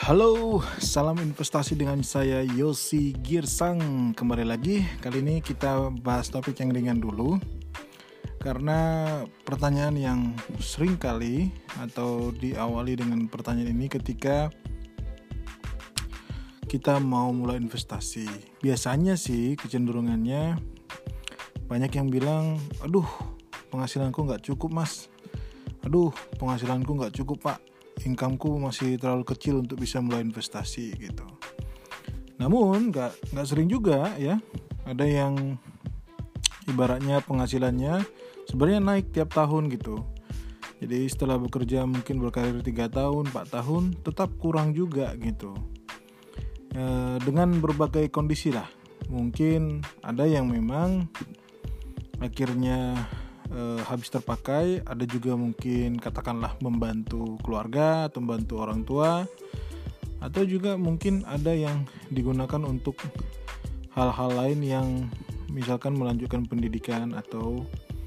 Halo, salam investasi dengan saya Yosi Girsang. Kembali lagi, kali ini kita bahas topik yang ringan dulu. Karena pertanyaan yang sering kali atau diawali dengan pertanyaan ini ketika kita mau mulai investasi. Biasanya sih kecenderungannya banyak yang bilang, aduh penghasilanku gak cukup mas, aduh penghasilanku gak cukup pak, income-ku masih terlalu kecil untuk bisa mulai investasi gitu. Namun nggak sering juga ya, ada yang ibaratnya penghasilannya sebenarnya naik tiap tahun gitu. Jadi setelah bekerja mungkin berkarir 3 tahun, 4 tahun tetap kurang juga gitu. Dengan berbagai kondisi lah. Mungkin ada yang memang akhirnya habis terpakai, ada juga mungkin katakanlah membantu keluarga atau membantu orang tua, atau juga mungkin ada yang digunakan untuk hal-hal lain yang misalkan melanjutkan pendidikan atau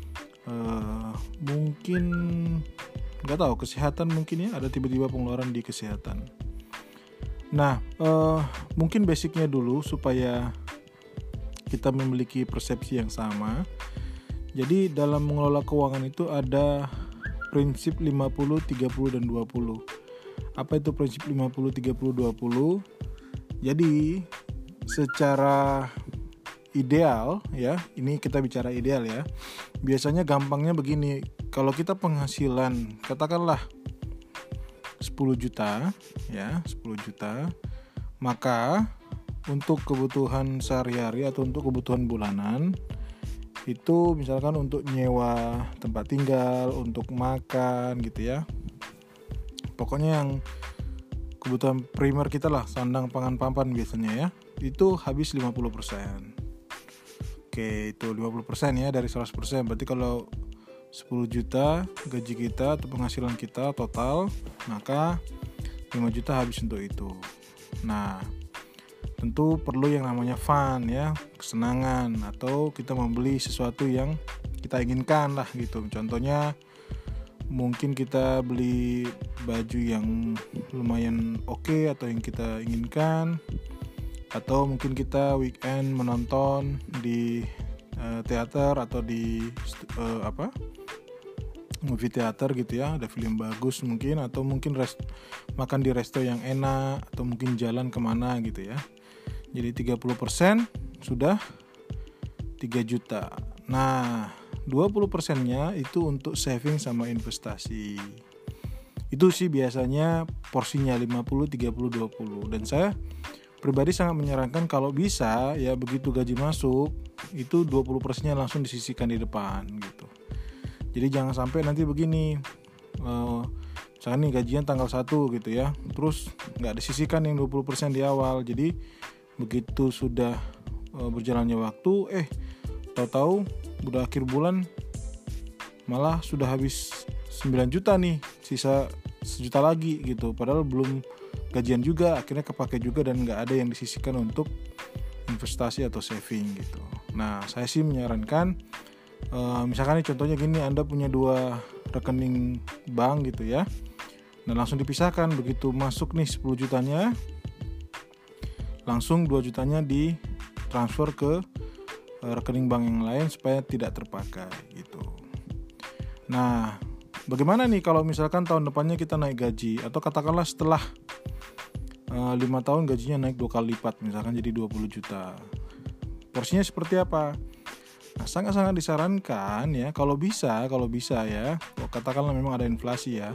mungkin nggak tahu kesehatan, mungkin ya ada tiba-tiba pengeluaran di kesehatan. Nah mungkin basicnya dulu supaya kita memiliki persepsi yang sama. Jadi dalam mengelola keuangan itu ada prinsip 50, 30, dan 20. Apa itu prinsip 50, 30, 20? Jadi secara ideal ya, ini kita bicara ideal ya. Biasanya gampangnya begini, kalau kita penghasilan katakanlah 10 juta ya, 10 juta, maka untuk kebutuhan sehari-hari atau untuk kebutuhan bulanan itu misalkan untuk nyewa tempat tinggal, untuk makan gitu ya. Pokoknya yang kebutuhan primer kita lah, sandang pangan papan biasanya ya, itu habis 50%. Oke, itu 50% ya dari 100%. Berarti kalau 10 juta gaji kita atau penghasilan kita total, maka 5 juta habis untuk itu. Nah, tentu perlu yang namanya fun ya, kesenangan, atau kita membeli sesuatu yang kita inginkan lah gitu. Contohnya mungkin kita beli baju yang lumayan oke atau yang kita inginkan, atau mungkin kita weekend menonton di teater atau di movie theater gitu ya, ada film bagus mungkin, atau mungkin makan di resto yang enak, atau mungkin jalan kemana gitu ya. Jadi 30% sudah 3 juta. Nah 20%-nya itu untuk saving sama investasi. Itu sih biasanya porsinya 50, 30, 20. Dan saya pribadi sangat menyarankan kalau bisa ya, begitu gaji masuk itu 20%-nya langsung disisihkan di depan gitu. Jadi jangan sampai nanti begini, misalkan nih gajian tanggal 1 gitu ya, terus gak disisihkan yang 20% di awal. Jadi begitu sudah berjalannya waktu, tahu-tahu udah akhir bulan malah sudah habis 9 juta nih, sisa 1 juta lagi gitu. Padahal belum gajian juga, akhirnya kepake juga dan gak ada yang disisihkan untuk investasi atau saving gitu. Nah saya sih menyarankan, misalkan nih contohnya gini, Anda punya 2 rekening bank gitu ya, dan langsung dipisahkan. Begitu masuk nih 10 jutanya, langsung 2 jutanya ditransfer ke rekening bank yang lain supaya tidak terpakai gitu. Nah, bagaimana nih kalau misalkan tahun depannya kita naik gaji, atau katakanlah setelah 5 tahun gajinya naik 2 kali lipat, misalkan jadi 20 juta. Porsinya seperti apa? Nah, sangat-sangat disarankan ya, kalau bisa ya, katakanlah memang ada inflasi ya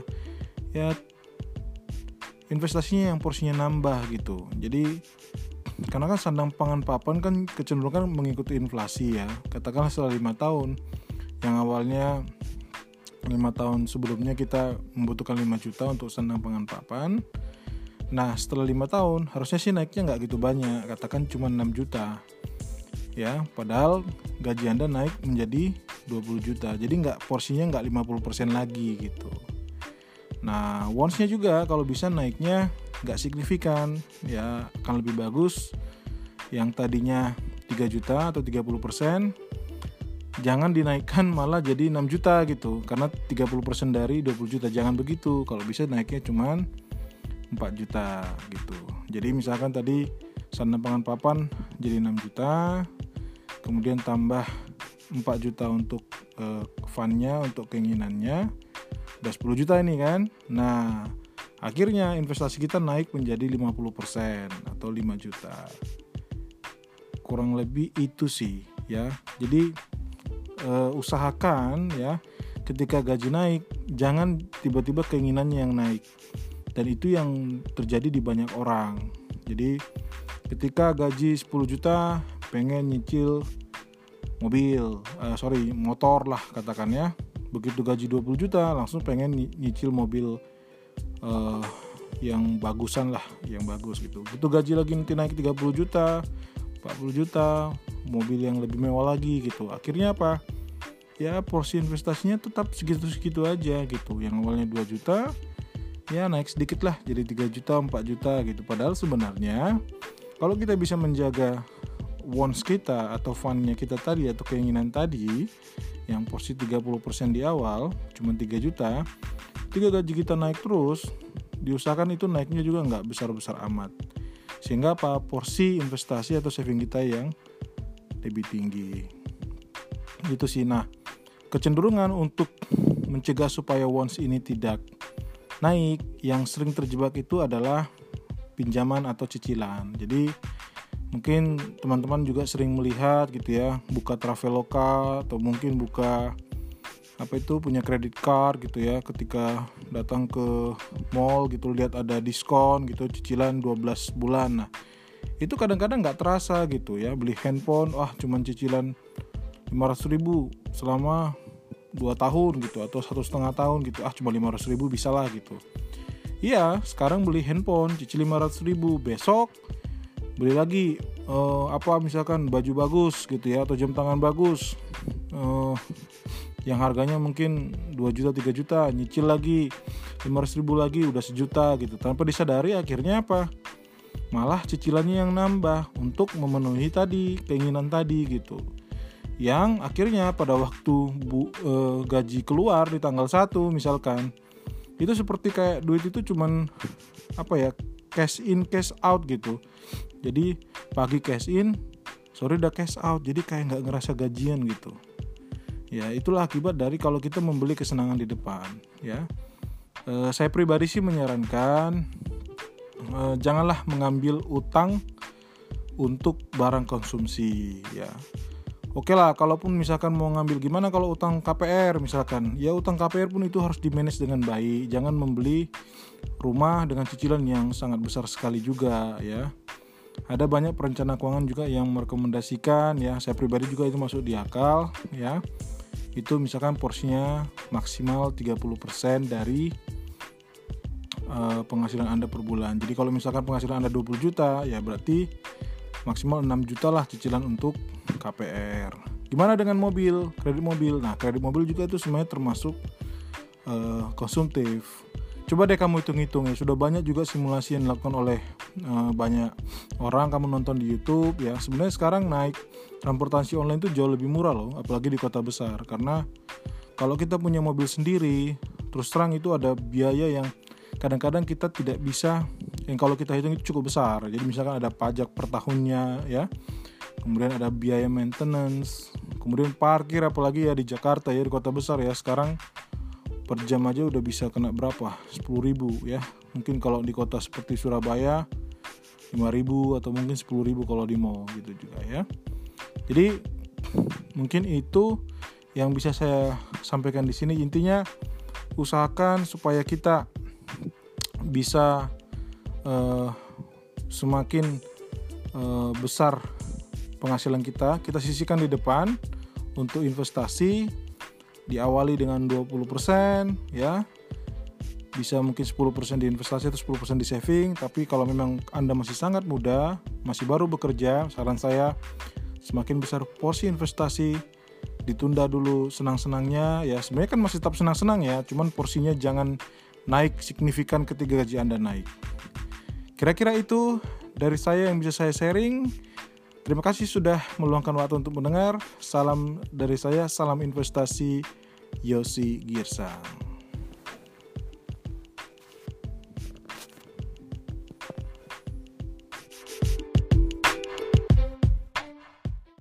investasinya yang porsinya nambah gitu. Jadi karena kan sandang pangan papan kan kecenderungan mengikuti inflasi ya. Katakanlah setelah 5 tahun, yang awalnya 5 tahun sebelumnya kita membutuhkan 5 juta untuk sandang pangan papan. Nah setelah 5 tahun harusnya sih naiknya gak gitu banyak, katakan cuma 6 juta ya, padahal gaji Anda naik menjadi 20 juta. Jadi porsinya gak 50% lagi gitu. Nah, wants-nya juga kalau bisa naiknya nggak signifikan, ya akan lebih bagus. Yang tadinya 3 juta atau 30%, jangan dinaikkan malah jadi 6 juta gitu, karena 30% dari 20 juta. Jangan begitu, kalau bisa naiknya cuman 4 juta gitu. Jadi misalkan tadi sandang pangan papan jadi 6 juta, kemudian tambah 4 juta untuk fund-nya, untuk keinginannya, udah 10 juta ini kan. Nah, akhirnya investasi kita naik menjadi 50% atau 5 juta. Kurang lebih itu sih ya. Jadi usahakan ya, ketika gaji naik jangan tiba-tiba keinginannya yang naik. Dan itu yang terjadi di banyak orang. Jadi ketika gaji 10 juta pengen nyicil motor lah katakan ya. Begitu gaji 20 juta langsung pengen nyicil mobil yang bagusan lah, yang bagus gitu. Begitu gaji lagi nanti naik 30 juta, 40 juta, mobil yang lebih mewah lagi gitu. Akhirnya apa? Ya porsi investasinya tetap segitu-segitu aja gitu. Yang awalnya 2 juta ya naik sedikit lah jadi 3 juta, 4 juta gitu. Padahal sebenarnya kalau kita bisa menjaga wants kita atau fund-nya kita tadi atau keinginan tadi yang porsi 30% di awal cuma 3 juta, ketika gaji kita naik terus, diusahakan itu naiknya juga nggak besar-besar amat. Sehingga apa? Porsi investasi atau saving kita yang lebih tinggi. Itu sih. Nah, kecenderungan untuk mencegah supaya wants ini tidak naik, yang sering terjebak itu adalah pinjaman atau cicilan. Jadi mungkin teman-teman juga sering melihat gitu ya, buka Traveloka atau mungkin buka punya credit card gitu ya, ketika datang ke mall gitu lihat ada diskon gitu, cicilan 12 bulan. Nah, itu kadang-kadang nggak terasa gitu ya, beli handphone cuman cicilan 500.000 selama 2 tahun gitu atau 1,5 tahun gitu, cuma 500.000 bisa lah gitu. Iya, sekarang beli handphone cicil 500.000, besok beli lagi misalkan baju bagus gitu ya, atau jam tangan bagus yang harganya mungkin 2 juta 3 juta, nyicil lagi 500.000 lagi, udah 1 juta gitu. Tanpa disadari akhirnya apa? Malah cicilannya yang nambah untuk memenuhi tadi keinginan tadi gitu. Yang akhirnya pada waktu gaji keluar di tanggal 1 misalkan, itu seperti kayak duit itu cuman cash in cash out gitu. Jadi pagi cash in, sore udah cash out, jadi kayak gak ngerasa gajian gitu. Ya itulah akibat dari kalau kita membeli kesenangan di depan ya. Saya pribadi sih menyarankan janganlah mengambil utang untuk barang konsumsi ya. Oke lah, kalaupun misalkan mau ngambil, gimana kalau utang KPR misalkan? Ya utang KPR pun itu harus di-manage dengan baik. Jangan membeli rumah dengan cicilan yang sangat besar sekali juga ya. Ada banyak perencana keuangan juga yang merekomendasikan ya, saya pribadi juga itu masuk di akal ya. Itu misalkan porsinya maksimal 30% dari penghasilan Anda per bulan. Jadi kalau misalkan penghasilan Anda 20 juta ya berarti maksimal 6 juta lah cicilan untuk KPR. Gimana dengan mobil, kredit mobil? Nah, kredit mobil juga itu sebenarnya termasuk konsumtif. Coba deh kamu hitung-hitung ya, sudah banyak juga simulasi yang dilakukan oleh banyak orang, kamu nonton di YouTube ya. Sebenarnya sekarang naik transportasi online itu jauh lebih murah loh, apalagi di kota besar. Karena kalau kita punya mobil sendiri, terus terang itu ada biaya yang kadang-kadang kita tidak bisa, yang kalau kita hitung itu cukup besar. Jadi misalkan ada pajak per tahunnya ya, kemudian ada biaya maintenance, kemudian parkir, apalagi ya di Jakarta ya, di kota besar ya, sekarang per jam aja udah bisa kena berapa? 10.000 ya. Mungkin kalau di kota seperti Surabaya 5.000 atau mungkin 10.000 kalau di mall gitu juga ya. Jadi mungkin itu yang bisa saya sampaikan di sini. Intinya usahakan supaya kita bisa semakin besar penghasilan kita sisihkan di depan untuk investasi. Diawali dengan 20% ya, bisa mungkin 10% di investasi atau 10% di saving. Tapi kalau memang Anda masih sangat muda, masih baru bekerja, saran saya semakin besar porsi investasi, ditunda dulu senang-senangnya ya. Sebenarnya kan masih tetap senang-senang ya, cuman porsinya jangan naik signifikan ketika gaji Anda naik. Kira-kira itu dari saya yang bisa saya sharing. Terima kasih sudah meluangkan waktu untuk mendengar. Salam dari saya, salam investasi, Yosi Girsang.